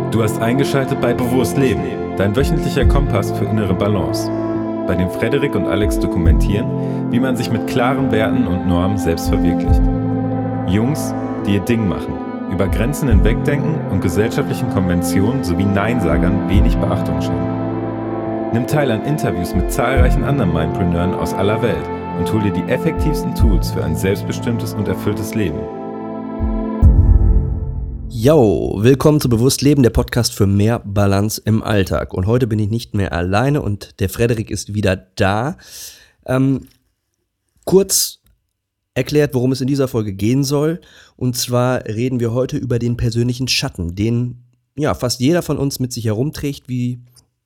Du hast eingeschaltet bei Bewusst Leben, dein wöchentlicher Kompass für innere Balance, bei dem Frederik und Alex dokumentieren, wie man sich mit klaren Werten und Normen selbst verwirklicht. Jungs, die ihr Ding machen, über Grenzen hinwegdenken und gesellschaftlichen Konventionen sowie Neinsagern wenig Beachtung schenken. Nimm teil an Interviews mit zahlreichen anderen Mindpreneuren aus aller Welt und hol dir die effektivsten Tools für ein selbstbestimmtes und erfülltes Leben. Yo, willkommen zu Bewusst Leben, der Podcast für mehr Balance im Alltag. Und heute bin ich nicht mehr alleine und der Frederik ist wieder da. Kurz erklärt, worum es in dieser Folge gehen soll. Und zwar reden wir heute über den persönlichen Schatten, den ja fast jeder von uns mit sich herumträgt, wie,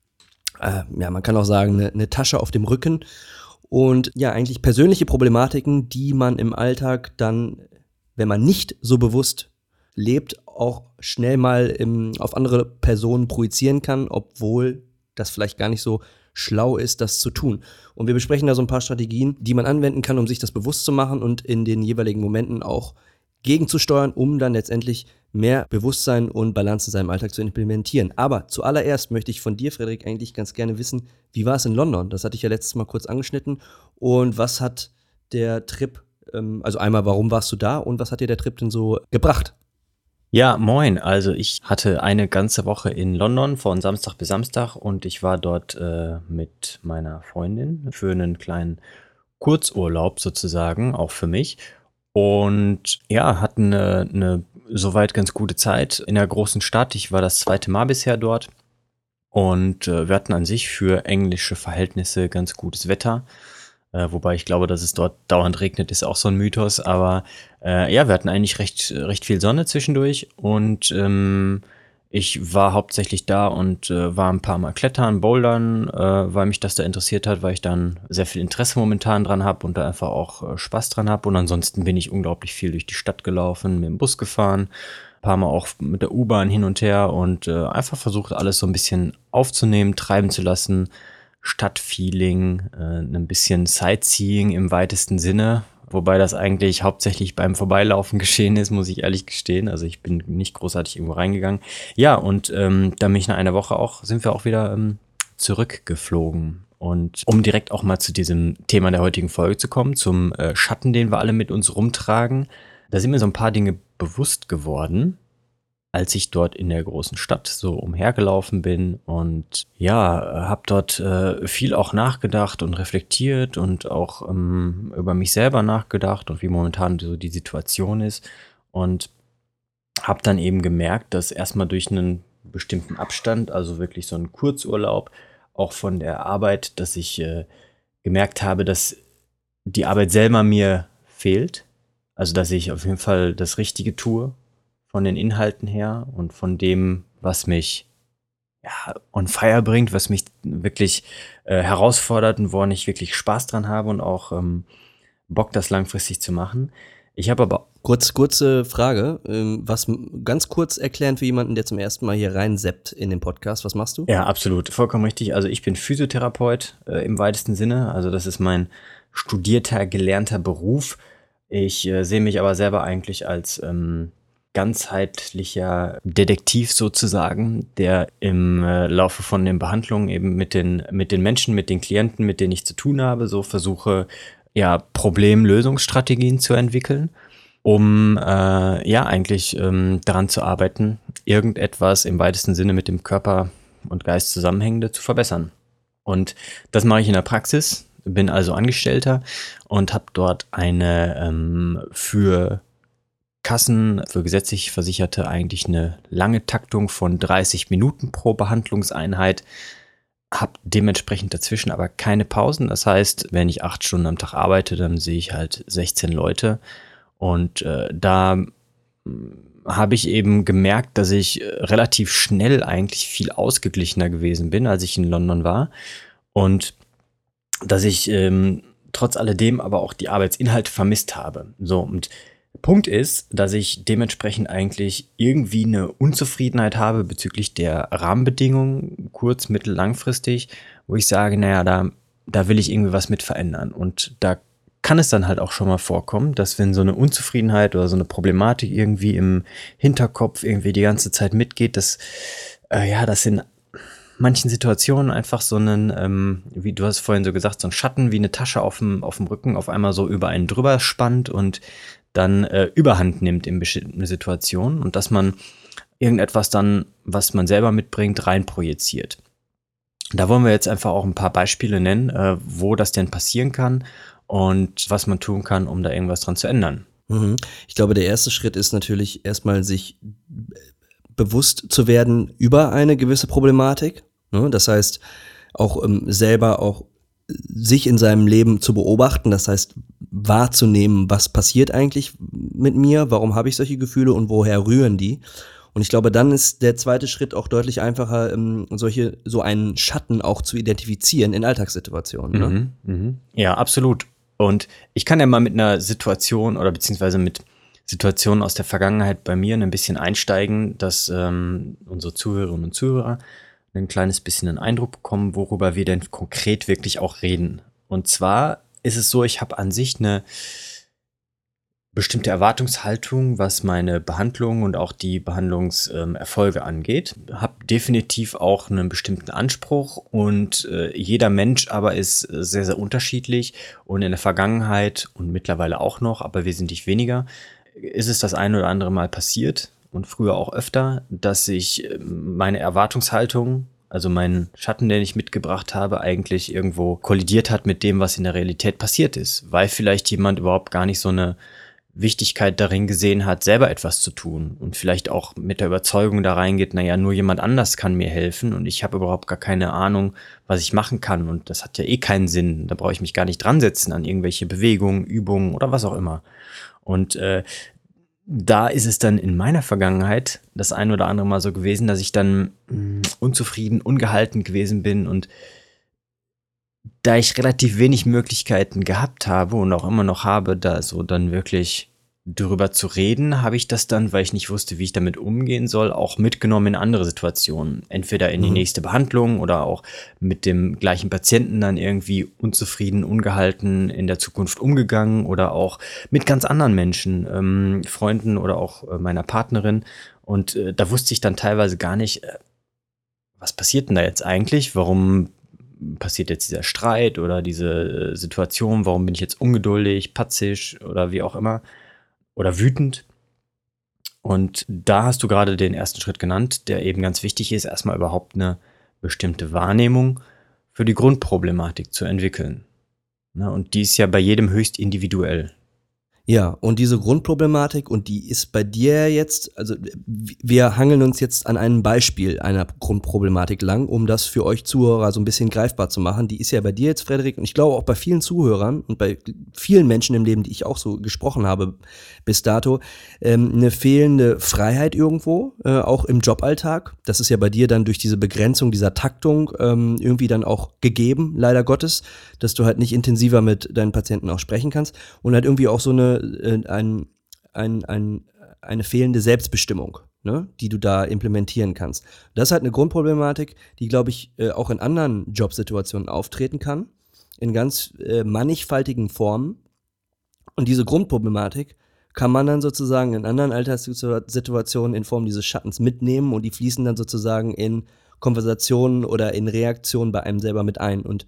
man kann auch sagen, eine Tasche auf dem Rücken. Und ja, eigentlich persönliche Problematiken, die man im Alltag dann, wenn man nicht so bewusst lebt, auch schnell mal auf andere Personen projizieren kann, obwohl das vielleicht gar nicht so schlau ist, das zu tun. Und wir besprechen da so ein paar Strategien, die man anwenden kann, um sich das bewusst zu machen und in den jeweiligen Momenten auch gegenzusteuern, um dann letztendlich mehr Bewusstsein und Balance in seinem Alltag zu implementieren. Aber zuallererst möchte ich von dir, Frederik, eigentlich ganz gerne wissen, wie war es in London? Das hatte ich ja letztes Mal kurz angeschnitten. Und was hat der Trip, also einmal, warum warst du da und was hat dir der Trip denn so gebracht? Ja, moin. Also ich hatte eine ganze Woche in London von Samstag bis Samstag und ich war dort mit meiner Freundin für einen kleinen Kurzurlaub sozusagen, auch für mich. Und ja, hatten eine soweit ganz gute Zeit in der großen Stadt. Ich war das zweite Mal bisher dort und wir hatten an sich für englische Verhältnisse ganz gutes Wetter. Wobei ich glaube, dass es dort dauernd regnet, ist auch so ein Mythos. Aber wir hatten eigentlich recht viel Sonne zwischendurch. Und ich war hauptsächlich da und war ein paar Mal klettern, bouldern, weil mich das da interessiert hat, weil ich dann sehr viel Interesse momentan dran habe und da einfach auch Spaß dran habe. Und ansonsten bin ich unglaublich viel durch die Stadt gelaufen, mit dem Bus gefahren, ein paar Mal auch mit der U-Bahn hin und her und einfach versucht, alles so ein bisschen aufzunehmen, treiben zu lassen. Stadtfeeling, ein bisschen Sightseeing im weitesten Sinne, wobei das eigentlich hauptsächlich beim Vorbeilaufen geschehen ist, muss ich ehrlich gestehen. Also ich bin nicht großartig irgendwo reingegangen. Ja, und dann bin ich nach einer Woche sind wir auch wieder zurückgeflogen. Und um direkt auch mal zu diesem Thema der heutigen Folge zu kommen, zum Schatten, den wir alle mit uns rumtragen, da sind mir so ein paar Dinge bewusst geworden, als ich dort in der großen Stadt so umhergelaufen bin und ja, habe dort viel auch nachgedacht und reflektiert und auch über mich selber nachgedacht und wie momentan so die Situation ist und habe dann eben gemerkt, dass erstmal durch einen bestimmten Abstand, also wirklich so einen Kurzurlaub, auch von der Arbeit, dass ich gemerkt habe, dass die Arbeit selber mir fehlt, also dass ich auf jeden Fall das Richtige tue, von den Inhalten her und von dem, was mich on fire bringt, was mich wirklich herausfordert und woran ich wirklich Spaß dran habe und auch Bock, das langfristig zu machen. Ich habe aber Kurze Frage, was ganz kurz erklären für jemanden, der zum ersten Mal hier reinseppt in den Podcast. Was machst du? Ja, absolut, vollkommen richtig. Also ich bin Physiotherapeut im weitesten Sinne. Also das ist mein studierter, gelernter Beruf. Ich sehe mich aber selber eigentlich als ganzheitlicher Detektiv sozusagen, der im Laufe von den Behandlungen eben mit den Menschen, mit den Klienten, mit denen ich zu tun habe, so versuche, Problemlösungsstrategien zu entwickeln, um eigentlich daran zu arbeiten, irgendetwas im weitesten Sinne mit dem Körper und Geist Zusammenhängende zu verbessern. Und das mache ich in der Praxis, bin also Angestellter und habe dort eine für Kassen, für gesetzlich Versicherte eigentlich eine lange Taktung von 30 Minuten pro Behandlungseinheit, habe dementsprechend dazwischen aber keine Pausen. Das heißt, wenn ich 8 Stunden am Tag arbeite, dann sehe ich halt 16 Leute und da habe ich eben gemerkt, dass ich relativ schnell eigentlich viel ausgeglichener gewesen bin, als ich in London war und dass ich trotz alledem aber auch die Arbeitsinhalte vermisst habe. So, und Punkt ist, dass ich dementsprechend eigentlich irgendwie eine Unzufriedenheit habe bezüglich der Rahmenbedingungen, kurz-, mittel-, langfristig, wo ich sage, da will ich irgendwie was mit verändern. Und da kann es dann halt auch schon mal vorkommen, dass wenn so eine Unzufriedenheit oder so eine Problematik irgendwie im Hinterkopf irgendwie die ganze Zeit mitgeht, dass das in manchen Situationen einfach so einen, wie du hast vorhin so gesagt, so ein Schatten wie eine Tasche auf dem Rücken auf einmal so über einen drüber spannt und dann Überhand nimmt in bestimmten Situationen und dass man irgendetwas dann, was man selber mitbringt, reinprojiziert. Da wollen wir jetzt einfach auch ein paar Beispiele nennen, wo das denn passieren kann und was man tun kann, um da irgendwas dran zu ändern. Mhm. Ich glaube, der erste Schritt ist natürlich erstmal sich bewusst zu werden über eine gewisse Problematik. Ne? Das heißt, auch selber auch sich in seinem Leben zu beobachten, das heißt wahrzunehmen, was passiert eigentlich mit mir, warum habe ich solche Gefühle und woher rühren die. Und ich glaube, dann ist der zweite Schritt auch deutlich einfacher, so einen Schatten auch zu identifizieren in Alltagssituationen. Ne? Ja, absolut. Und ich kann ja mal mit einer Situation oder beziehungsweise mit Situationen aus der Vergangenheit bei mir ein bisschen einsteigen, dass unsere Zuhörerinnen und Zuhörer ein kleines bisschen einen Eindruck bekommen, worüber wir denn konkret wirklich auch reden. Und zwar ist es so, ich habe an sich eine bestimmte Erwartungshaltung, was meine Behandlung und auch die Behandlungserfolge angeht. Habe definitiv auch einen bestimmten Anspruch und jeder Mensch aber ist sehr, sehr unterschiedlich und in der Vergangenheit und mittlerweile auch noch, aber wesentlich weniger, ist es das ein oder andere Mal passiert und früher auch öfter, dass ich meine Erwartungshaltung, also meinen Schatten, den ich mitgebracht habe, eigentlich irgendwo kollidiert hat mit dem, was in der Realität passiert ist, weil vielleicht jemand überhaupt gar nicht so eine Wichtigkeit darin gesehen hat, selber etwas zu tun und vielleicht auch mit der Überzeugung da reingeht, naja, nur jemand anders kann mir helfen und ich habe überhaupt gar keine Ahnung, was ich machen kann und das hat ja eh keinen Sinn, da brauche ich mich gar nicht dran setzen an irgendwelche Bewegungen, Übungen oder was auch immer. Und da ist es dann in meiner Vergangenheit das ein oder andere Mal so gewesen, dass ich dann unzufrieden, ungehalten gewesen bin und da ich relativ wenig Möglichkeiten gehabt habe und auch immer noch habe, da so dann wirklich drüber zu reden, habe ich das dann, weil ich nicht wusste, wie ich damit umgehen soll, auch mitgenommen in andere Situationen. Entweder in die nächste Behandlung oder auch mit dem gleichen Patienten dann irgendwie unzufrieden, ungehalten in der Zukunft umgegangen oder auch mit ganz anderen Menschen, Freunden oder auch meiner Partnerin. Und da wusste ich dann teilweise gar nicht, was passiert denn da jetzt eigentlich? Warum passiert jetzt dieser Streit oder diese Situation? Warum bin ich jetzt ungeduldig, patzig oder wie auch immer? Oder wütend. Und da hast du gerade den ersten Schritt genannt, der eben ganz wichtig ist, erstmal überhaupt eine bestimmte Wahrnehmung für die Grundproblematik zu entwickeln. Und die ist ja bei jedem höchst individuell. Ja, und diese Grundproblematik, und die ist bei dir jetzt, also wir hangeln uns jetzt an einem Beispiel einer Grundproblematik lang, um das für euch Zuhörer so ein bisschen greifbar zu machen. Die ist ja bei dir jetzt, Frederik, und ich glaube auch bei vielen Zuhörern und bei vielen Menschen im Leben, die ich auch so gesprochen habe bis dato, eine fehlende Freiheit irgendwo, auch im Joballtag. Das ist ja bei dir dann durch diese Begrenzung dieser Taktung irgendwie dann auch gegeben, leider Gottes, dass du halt nicht intensiver mit deinen Patienten auch sprechen kannst und halt irgendwie auch so eine fehlende Selbstbestimmung, ne, die du da implementieren kannst. Das ist halt eine Grundproblematik, die, glaube ich, auch in anderen Jobsituationen auftreten kann, in ganz mannigfaltigen Formen. Und diese Grundproblematik kann man dann sozusagen in anderen Alltagssituationen in Form dieses Schattens mitnehmen und die fließen dann sozusagen in Konversationen oder in Reaktionen bei einem selber mit ein. Und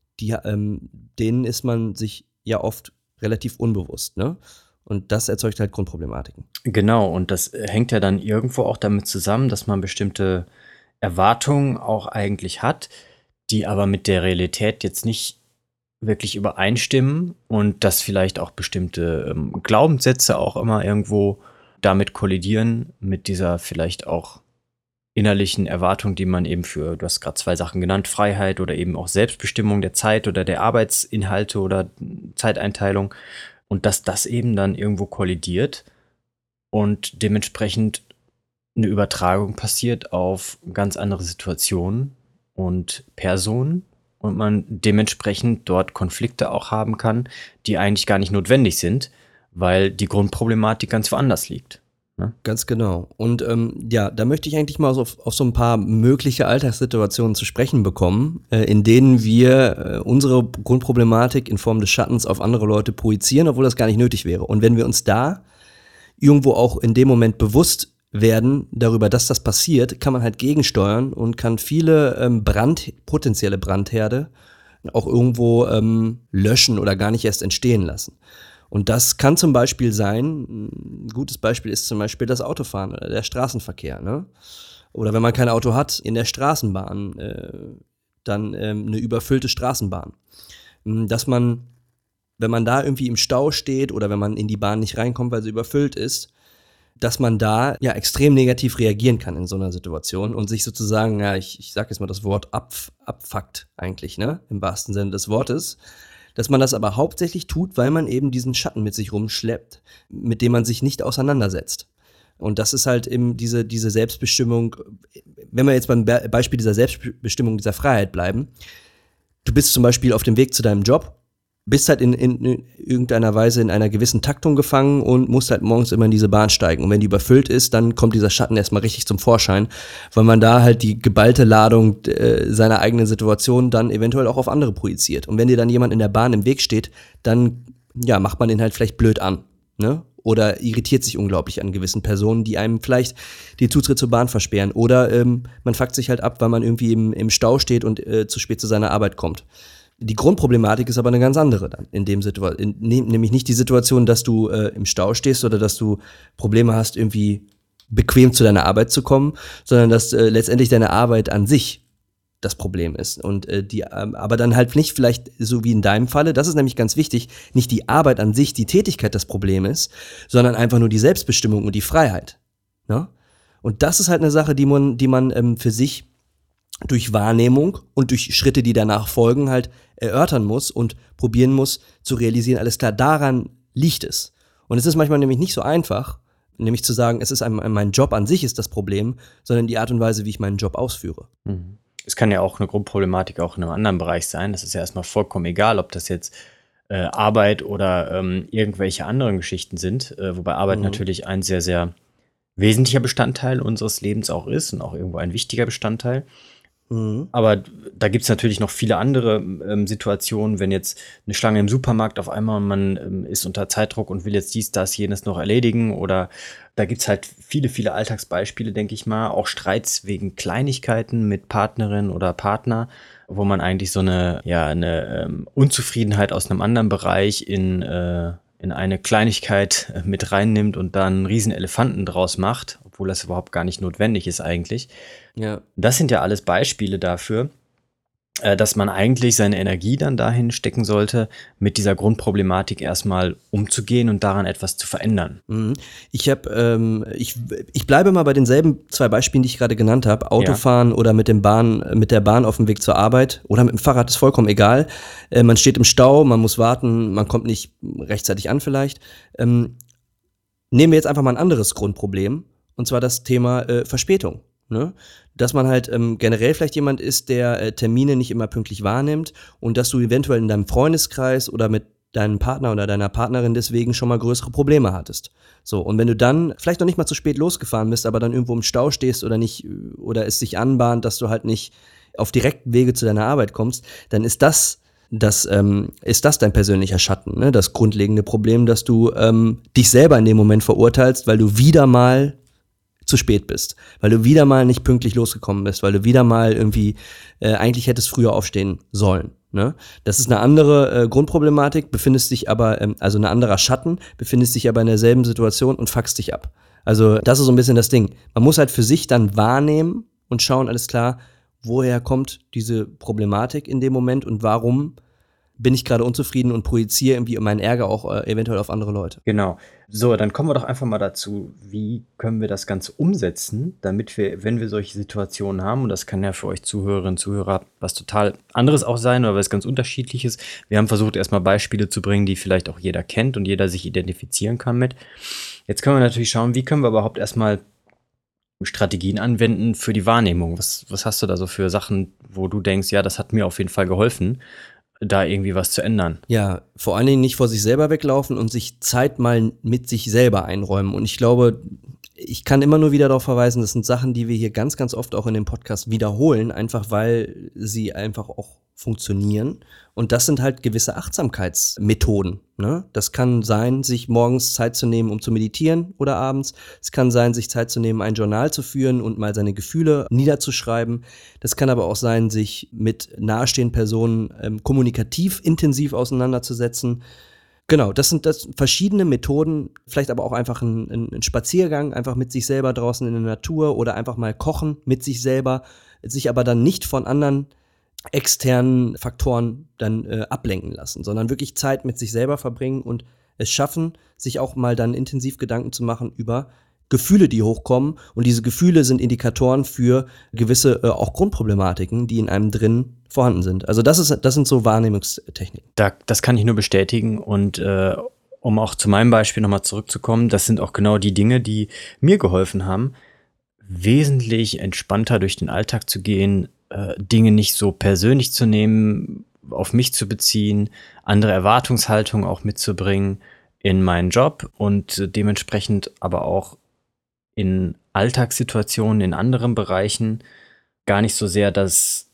denen ist man sich ja oft relativ unbewusst, ne? Und das erzeugt halt Grundproblematiken. Genau, und das hängt ja dann irgendwo auch damit zusammen, dass man bestimmte Erwartungen auch eigentlich hat, die aber mit der Realität jetzt nicht wirklich übereinstimmen und dass vielleicht auch bestimmte Glaubenssätze auch immer irgendwo damit kollidieren, mit dieser vielleicht auch innerlichen Erwartung, die man eben für, du hast gerade 2 Sachen genannt, Freiheit oder eben auch Selbstbestimmung der Zeit oder der Arbeitsinhalte oder Zeiteinteilung und dass das eben dann irgendwo kollidiert und dementsprechend eine Übertragung passiert auf ganz andere Situationen und Personen und man dementsprechend dort Konflikte auch haben kann, die eigentlich gar nicht notwendig sind, weil die Grundproblematik ganz woanders liegt. Ne? Ganz genau. Und da möchte ich eigentlich mal auf so ein paar mögliche Alltagssituationen zu sprechen bekommen, in denen wir unsere Grundproblematik in Form des Schattens auf andere Leute projizieren, obwohl das gar nicht nötig wäre. Und wenn wir uns da irgendwo auch in dem Moment bewusst werden darüber, dass das passiert, kann man halt gegensteuern und kann viele potenzielle Brandherde auch irgendwo löschen oder gar nicht erst entstehen lassen. Und das kann zum Beispiel sein, ein gutes Beispiel ist zum Beispiel das Autofahren oder der Straßenverkehr, ne? Oder wenn man kein Auto hat, in der Straßenbahn, dann eine überfüllte Straßenbahn. Dass man, wenn man da irgendwie im Stau steht oder wenn man in die Bahn nicht reinkommt, weil sie überfüllt ist, dass man da ja extrem negativ reagieren kann in so einer Situation und sich sozusagen, ja, ich sag jetzt mal das Wort abfuckt eigentlich, ne? Im wahrsten Sinne des Wortes. Dass man das aber hauptsächlich tut, weil man eben diesen Schatten mit sich rumschleppt, mit dem man sich nicht auseinandersetzt. Und das ist halt eben diese Selbstbestimmung, wenn wir jetzt beim Beispiel dieser Selbstbestimmung, dieser Freiheit bleiben. Du bist zum Beispiel auf dem Weg zu deinem Job, bist halt in irgendeiner Weise in einer gewissen Taktung gefangen und musst halt morgens immer in diese Bahn steigen. Und wenn die überfüllt ist, dann kommt dieser Schatten erstmal richtig zum Vorschein, weil man da halt die geballte Ladung seiner eigenen Situation dann eventuell auch auf andere projiziert. Und wenn dir dann jemand in der Bahn im Weg steht, dann ja, macht man den halt vielleicht blöd an, ne? Oder irritiert sich unglaublich an gewissen Personen, die einem vielleicht den Zutritt zur Bahn versperren. Oder man fuckt sich halt ab, weil man irgendwie im Stau steht und zu spät zu seiner Arbeit kommt. Die Grundproblematik ist aber eine ganz andere dann, nämlich nicht die Situation, dass du im Stau stehst oder dass du Probleme hast, irgendwie bequem zu deiner Arbeit zu kommen, sondern dass letztendlich deine Arbeit an sich das Problem ist. Und aber dann halt nicht vielleicht so wie in deinem Falle, das ist nämlich ganz wichtig, nicht die Arbeit an sich, die Tätigkeit das Problem ist, sondern einfach nur die Selbstbestimmung und die Freiheit. Ne? Und das ist halt eine Sache, die man für sich durch Wahrnehmung und durch Schritte, die danach folgen, halt erörtern muss und probieren muss zu realisieren, alles klar, daran liegt es. Und es ist manchmal nämlich nicht so einfach, nämlich zu sagen, es ist mein Job an sich ist das Problem, sondern die Art und Weise, wie ich meinen Job ausführe. Es kann ja auch eine Grundproblematik auch in einem anderen Bereich sein. Das ist ja erstmal vollkommen egal, ob das jetzt Arbeit oder irgendwelche anderen Geschichten sind, wobei Arbeit natürlich ein sehr, sehr wesentlicher Bestandteil unseres Lebens auch ist und auch irgendwo ein wichtiger Bestandteil. Aber da gibt es natürlich noch viele andere Situationen, wenn jetzt eine Schlange im Supermarkt auf einmal, man ist unter Zeitdruck und will jetzt dies, das, jenes noch erledigen, oder da gibt es halt viele, viele Alltagsbeispiele, denke ich mal, auch Streits wegen Kleinigkeiten mit Partnerin oder Partner, wo man eigentlich so eine Unzufriedenheit aus einem anderen Bereich in eine Kleinigkeit mit reinnimmt und dann einen riesen Elefanten draus macht, obwohl das überhaupt gar nicht notwendig ist eigentlich. Ja. Das sind ja alles Beispiele dafür, dass man eigentlich seine Energie dann dahin stecken sollte, mit dieser Grundproblematik erstmal umzugehen und daran etwas zu verändern. Ich bleibe mal bei denselben zwei Beispielen, die ich gerade genannt habe. Autofahren oder mit der Bahn auf dem Weg zur Arbeit oder mit dem Fahrrad, ist vollkommen egal. Man steht im Stau, man muss warten, man kommt nicht rechtzeitig an vielleicht. Nehmen wir jetzt einfach mal ein anderes Grundproblem, und zwar das Thema Verspätung. Ne? Dass man halt generell vielleicht jemand ist, der Termine nicht immer pünktlich wahrnimmt und dass du eventuell in deinem Freundeskreis oder mit deinem Partner oder deiner Partnerin deswegen schon mal größere Probleme hattest. So, und wenn du dann vielleicht noch nicht mal zu spät losgefahren bist, aber dann irgendwo im Stau stehst oder nicht, oder es sich anbahnt, dass du halt nicht auf direkten Wege zu deiner Arbeit kommst, dann ist das dein persönlicher Schatten, ne? Das grundlegende Problem, dass du dich selber in dem Moment verurteilst, weil du wieder mal zu spät bist, weil du wieder mal nicht pünktlich losgekommen bist, weil du wieder mal irgendwie eigentlich hättest früher aufstehen sollen. Ne? Das ist eine andere Grundproblematik, befindest dich aber, also ein anderer Schatten, befindest dich aber in derselben Situation und fuckst dich ab. Also das ist so ein bisschen das Ding. Man muss halt für sich dann wahrnehmen und schauen, alles klar, woher kommt diese Problematik in dem Moment und warum bin ich gerade unzufrieden und projiziere irgendwie meinen Ärger auch eventuell auf andere Leute. Genau. So, dann kommen wir doch einfach mal dazu, wie können wir das Ganze umsetzen, damit wir, wenn wir solche Situationen haben, und das kann ja für euch Zuhörerinnen und Zuhörer was total anderes auch sein oder was ganz Unterschiedliches. Wir haben versucht, erstmal Beispiele zu bringen, die vielleicht auch jeder kennt und jeder sich identifizieren kann mit. Jetzt können wir natürlich schauen, wie können wir überhaupt erstmal Strategien anwenden für die Wahrnehmung. Was hast du da so für Sachen, wo du denkst, ja, das hat mir auf jeden Fall geholfen, da irgendwie was zu ändern. Ja, vor allen Dingen nicht vor sich selber weglaufen und sich Zeit mal mit sich selber einräumen. Und ich glaube, ich kann immer nur wieder darauf verweisen, das sind Sachen, die wir hier ganz, ganz oft auch in dem Podcast wiederholen, einfach weil sie einfach auch funktionieren. Und das sind halt gewisse Achtsamkeitsmethoden, ne? Das kann sein, sich morgens Zeit zu nehmen, um zu meditieren oder abends. Es kann sein, sich Zeit zu nehmen, ein Journal zu führen und mal seine Gefühle niederzuschreiben. Das kann aber auch sein, sich mit nahestehenden Personen kommunikativ intensiv auseinanderzusetzen. Genau, das sind verschiedene Methoden, vielleicht aber auch einfach ein Spaziergang, einfach mit sich selber draußen in der Natur oder einfach mal kochen mit sich selber, sich aber dann nicht von anderen externen Faktoren dann ablenken lassen, sondern wirklich Zeit mit sich selber verbringen und es schaffen, sich auch mal dann intensiv Gedanken zu machen über Gefühle, die hochkommen. Und diese Gefühle sind Indikatoren für gewisse auch Grundproblematiken, die in einem drin vorhanden sind. Also das sind so Wahrnehmungstechniken. Das kann ich nur bestätigen und um auch zu meinem Beispiel nochmal zurückzukommen, das sind auch genau die Dinge, die mir geholfen haben, wesentlich entspannter durch den Alltag zu gehen, Dinge nicht so persönlich zu nehmen, auf mich zu beziehen, andere Erwartungshaltungen auch mitzubringen in meinen Job und dementsprechend aber auch in Alltagssituationen, in anderen Bereichen gar nicht so sehr, dass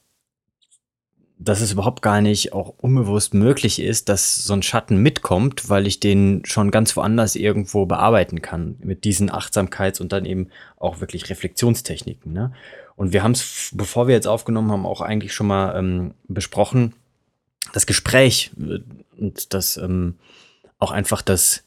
es überhaupt gar nicht auch unbewusst möglich ist, dass so ein Schatten mitkommt, weil ich den schon ganz woanders irgendwo bearbeiten kann mit diesen Achtsamkeits- und dann eben auch wirklich Reflexionstechniken, ne? Und wir haben es, bevor wir jetzt aufgenommen haben, auch eigentlich schon mal besprochen, das Gespräch und das auch einfach das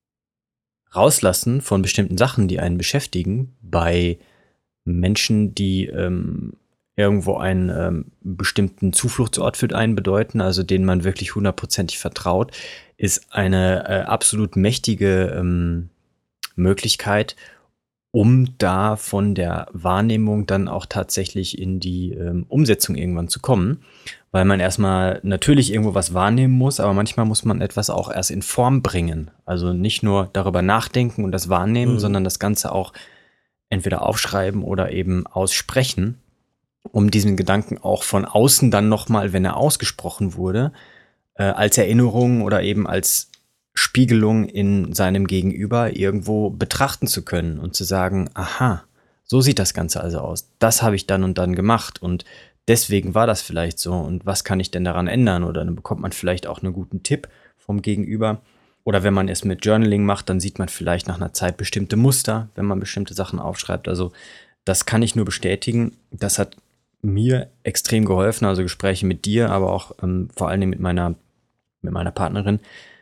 Rauslassen von bestimmten Sachen, die einen beschäftigen, bei Menschen, die irgendwo einen bestimmten Zufluchtsort für einen bedeuten, also denen man wirklich 100%ig vertraut, ist eine absolut mächtige Möglichkeit, um da von der Wahrnehmung dann auch tatsächlich in die Umsetzung irgendwann zu kommen, weil man erstmal natürlich irgendwo was wahrnehmen muss, aber manchmal muss man etwas auch erst in Form bringen. Also nicht nur darüber nachdenken und das wahrnehmen, sondern das Ganze auch entweder aufschreiben oder eben aussprechen, um diesen Gedanken auch von außen dann nochmal, wenn er ausgesprochen wurde, als Erinnerung oder eben als Spiegelung in seinem Gegenüber irgendwo betrachten zu können und zu sagen, aha, so sieht das Ganze also aus. Das habe ich dann und dann gemacht und deswegen war das vielleicht so und was kann ich denn daran ändern? Oder dann bekommt man vielleicht auch einen guten Tipp vom Gegenüber. Oder wenn man es mit Journaling macht, dann sieht man vielleicht nach einer Zeit bestimmte Muster, wenn man bestimmte Sachen aufschreibt. Also das kann ich nur bestätigen. Das hat mir extrem geholfen, also Gespräche mit dir, aber auch vor allen Dingen mit meiner Partnerin.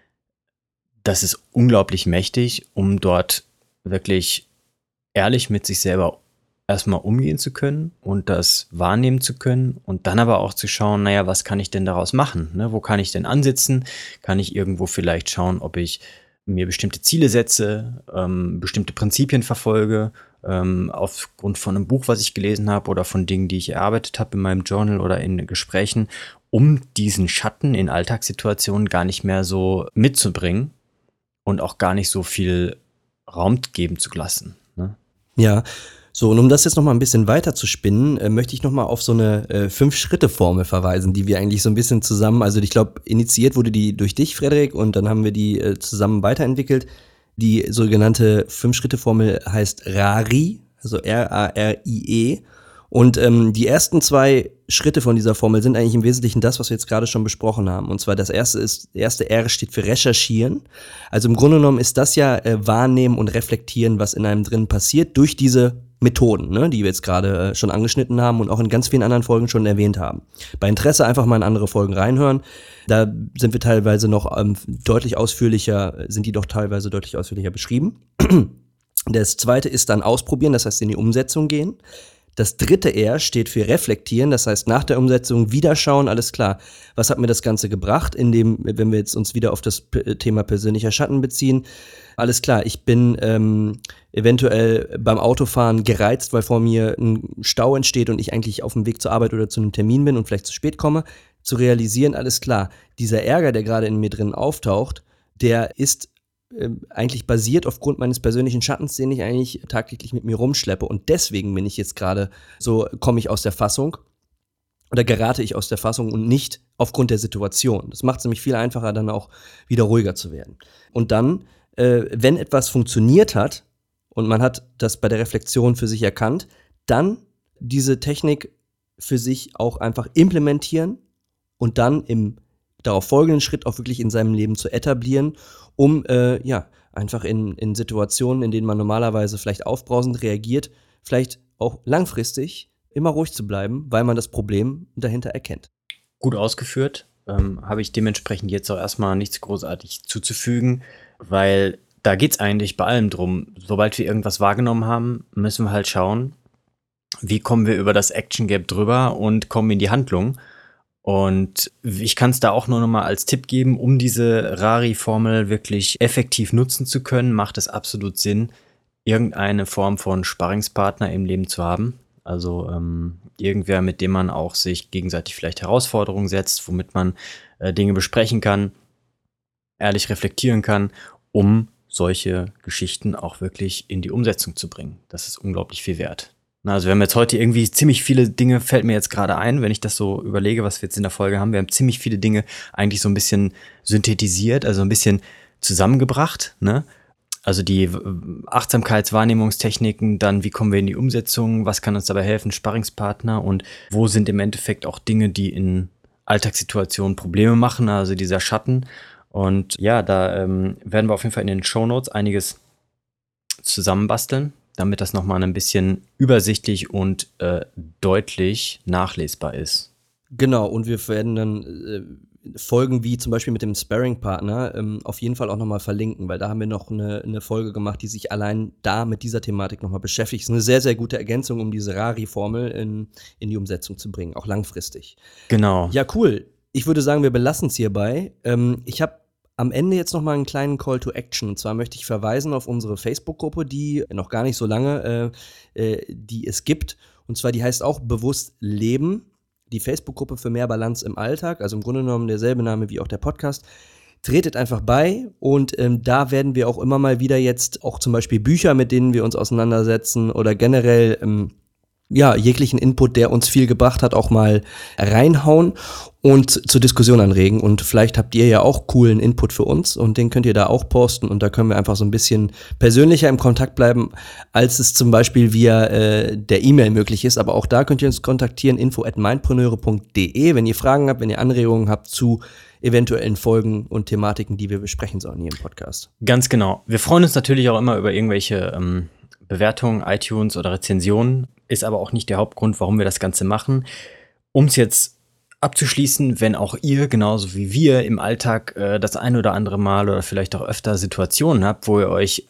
Das ist unglaublich mächtig, um dort wirklich ehrlich mit sich selber erstmal umgehen zu können und das wahrnehmen zu können und dann aber auch zu schauen, naja, was kann ich denn daraus machen? Ne? Wo kann ich denn ansitzen? Kann ich irgendwo vielleicht schauen, ob ich mir bestimmte Ziele setze, bestimmte Prinzipien verfolge, aufgrund von einem Buch, was ich gelesen habe oder von Dingen, die ich erarbeitet habe in meinem Journal oder in Gesprächen, um diesen Schatten in Alltagssituationen gar nicht mehr so mitzubringen und auch gar nicht so viel Raum geben zu lassen. Ne? Ja, so, und um das jetzt noch mal ein bisschen weiter zu spinnen, möchte ich noch mal auf so eine 5-Schritte-Formel verweisen, die wir eigentlich so ein bisschen zusammen, also ich glaube, initiiert wurde die durch dich, Frederik, und dann haben wir die zusammen weiterentwickelt. Die sogenannte 5-Schritte-Formel heißt RARIE, also R-A-R-I-E. Und die ersten 2 Schritte von dieser Formel sind eigentlich im Wesentlichen das, was wir jetzt gerade schon besprochen haben. Und zwar das erste R steht für recherchieren. Also im Grunde genommen ist das ja wahrnehmen und reflektieren, was in einem drin passiert, durch diese Methoden, ne, die wir jetzt gerade schon angeschnitten haben und auch in ganz vielen anderen Folgen schon erwähnt haben. Bei Interesse einfach mal in andere Folgen reinhören. Da sind wir teilweise noch deutlich ausführlicher beschrieben. Das zweite ist dann ausprobieren, das heißt in die Umsetzung gehen. Das dritte R steht für reflektieren, das heißt nach der Umsetzung wieder schauen, alles klar, was hat mir das Ganze gebracht, wenn wir jetzt uns wieder auf das Thema persönlicher Schatten beziehen, alles klar, ich bin eventuell beim Autofahren gereizt, weil vor mir ein Stau entsteht und ich eigentlich auf dem Weg zur Arbeit oder zu einem Termin bin und vielleicht zu spät komme, zu realisieren, alles klar, dieser Ärger, der gerade in mir drin auftaucht, der ist eigentlich basiert aufgrund meines persönlichen Schattens, den ich eigentlich tagtäglich mit mir rumschleppe. Und deswegen bin ich jetzt gerade so, komme ich aus der Fassung. oder gerate ich aus der Fassung und nicht aufgrund der Situation. Das macht es nämlich viel einfacher, dann auch wieder ruhiger zu werden. Und dann, wenn etwas funktioniert hat und man hat das bei der Reflexion für sich erkannt, dann diese Technik für sich auch einfach implementieren und dann im darauf folgenden Schritt auch wirklich in seinem Leben zu etablieren, um einfach in Situationen, in denen man normalerweise vielleicht aufbrausend reagiert, vielleicht auch langfristig immer ruhig zu bleiben, weil man das Problem dahinter erkennt. Gut ausgeführt. Habe ich dementsprechend jetzt auch erstmal nichts großartig zuzufügen, weil da geht es eigentlich bei allem drum. Sobald wir irgendwas wahrgenommen haben, müssen wir halt schauen, wie kommen wir über das Action Gap drüber und kommen in die Handlung. Und ich kann es da auch nur noch mal als Tipp geben, um diese Rari-Formel wirklich effektiv nutzen zu können, macht es absolut Sinn, irgendeine Form von Sparringspartner im Leben zu haben. Also irgendwer, mit dem man auch sich gegenseitig vielleicht Herausforderungen setzt, womit man Dinge besprechen kann, ehrlich reflektieren kann, um solche Geschichten auch wirklich in die Umsetzung zu bringen. Das ist unglaublich viel wert. Also wir haben jetzt heute irgendwie ziemlich viele Dinge, fällt mir jetzt gerade ein, wenn ich das so überlege, was wir jetzt in der Folge haben. Wir haben ziemlich viele Dinge eigentlich so ein bisschen synthetisiert, also ein bisschen zusammengebracht, ne? Also die Achtsamkeitswahrnehmungstechniken, dann wie kommen wir in die Umsetzung, was kann uns dabei helfen, Sparringspartner und wo sind im Endeffekt auch Dinge, die in Alltagssituationen Probleme machen, also dieser Schatten. Und ja, da werden wir auf jeden Fall in den Shownotes einiges zusammenbasteln, damit das nochmal ein bisschen übersichtlich und deutlich nachlesbar ist. Genau, und wir werden dann Folgen wie zum Beispiel mit dem Sparring-Partner auf jeden Fall auch nochmal verlinken, weil da haben wir noch eine Folge gemacht, die sich allein da mit dieser Thematik nochmal beschäftigt. Das ist eine sehr, sehr gute Ergänzung, um diese Rari-Formel in die Umsetzung zu bringen, auch langfristig. Genau. Ja, cool. Ich würde sagen, wir belassen es hierbei. Ich habe am Ende jetzt noch mal einen kleinen Call to Action. Und zwar möchte ich verweisen auf unsere Facebook-Gruppe, die noch gar nicht so lange die es gibt. Und zwar, die heißt auch Bewusst Leben. Die Facebook-Gruppe für mehr Balance im Alltag. Also im Grunde genommen derselbe Name wie auch der Podcast. Tretet einfach bei und da werden wir auch immer mal wieder jetzt auch zum Beispiel Bücher, mit denen wir uns auseinandersetzen oder generell jeglichen Input, der uns viel gebracht hat, auch mal reinhauen und zur Diskussion anregen. Und vielleicht habt ihr ja auch coolen Input für uns und den könnt ihr da auch posten und da können wir einfach so ein bisschen persönlicher im Kontakt bleiben, als es zum Beispiel via der E-Mail möglich ist. Aber auch da könnt ihr uns kontaktieren, info@mindpreneure.de, wenn ihr Fragen habt, wenn ihr Anregungen habt zu eventuellen Folgen und Thematiken, die wir besprechen sollen hier im Podcast. Ganz genau. Wir freuen uns natürlich auch immer über irgendwelche Bewertungen, iTunes oder Rezensionen. Ist aber auch nicht der Hauptgrund, warum wir das Ganze machen. Um es jetzt abzuschließen, wenn auch ihr, genauso wie wir, im Alltag das ein oder andere Mal oder vielleicht auch öfter Situationen habt, wo ihr euch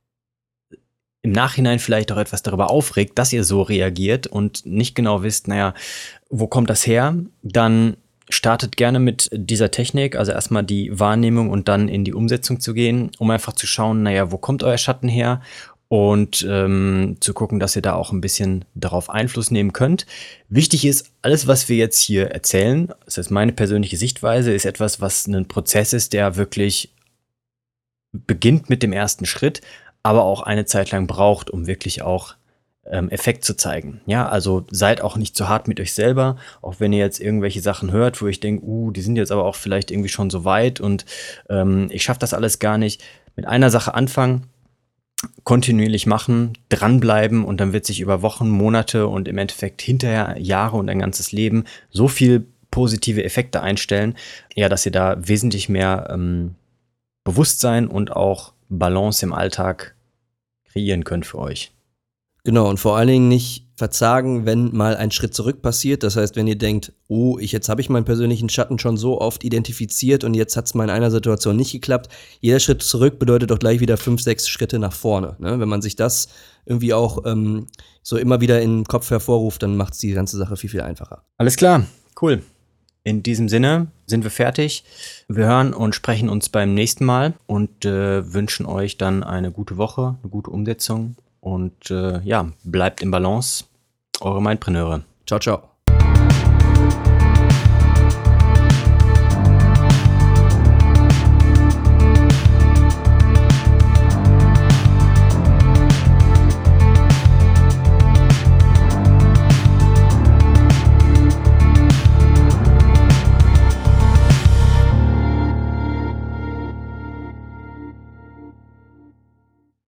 im Nachhinein vielleicht auch etwas darüber aufregt, dass ihr so reagiert und nicht genau wisst, wo kommt das her, dann startet gerne mit dieser Technik, also erstmal die Wahrnehmung und dann in die Umsetzung zu gehen, um einfach zu schauen, wo kommt euer Schatten her? Und zu gucken, dass ihr da auch ein bisschen darauf Einfluss nehmen könnt. Wichtig ist, alles, was wir jetzt hier erzählen, das heißt meine persönliche Sichtweise, ist etwas, was ein Prozess ist, der wirklich beginnt mit dem ersten Schritt, aber auch eine Zeit lang braucht, um wirklich auch Effekt zu zeigen. Ja, also seid auch nicht zu hart mit euch selber, auch wenn ihr jetzt irgendwelche Sachen hört, wo ich denke, die sind jetzt aber auch vielleicht irgendwie schon so weit und ich schaffe das alles gar nicht. Mit einer Sache anfangen, kontinuierlich machen, dranbleiben und dann wird sich über Wochen, Monate und im Endeffekt hinterher Jahre und ein ganzes Leben so viel positive Effekte einstellen, dass ihr da wesentlich mehr Bewusstsein und auch Balance im Alltag kreieren könnt für euch. Genau, und vor allen Dingen nicht verzagen, wenn mal ein Schritt zurück passiert. Das heißt, wenn ihr denkt, jetzt habe ich meinen persönlichen Schatten schon so oft identifiziert und jetzt hat es mal in einer Situation nicht geklappt. Jeder Schritt zurück bedeutet doch gleich wieder 5, 6 Schritte nach vorne. Ne? Wenn man sich das irgendwie auch so immer wieder im Kopf hervorruft, dann macht es die ganze Sache viel, viel einfacher. Alles klar, cool. In diesem Sinne sind wir fertig. Wir hören und sprechen uns beim nächsten Mal und wünschen euch dann eine gute Woche, eine gute Umsetzung. Und bleibt im Balance. Eure Mindpreneure. Ciao, ciao.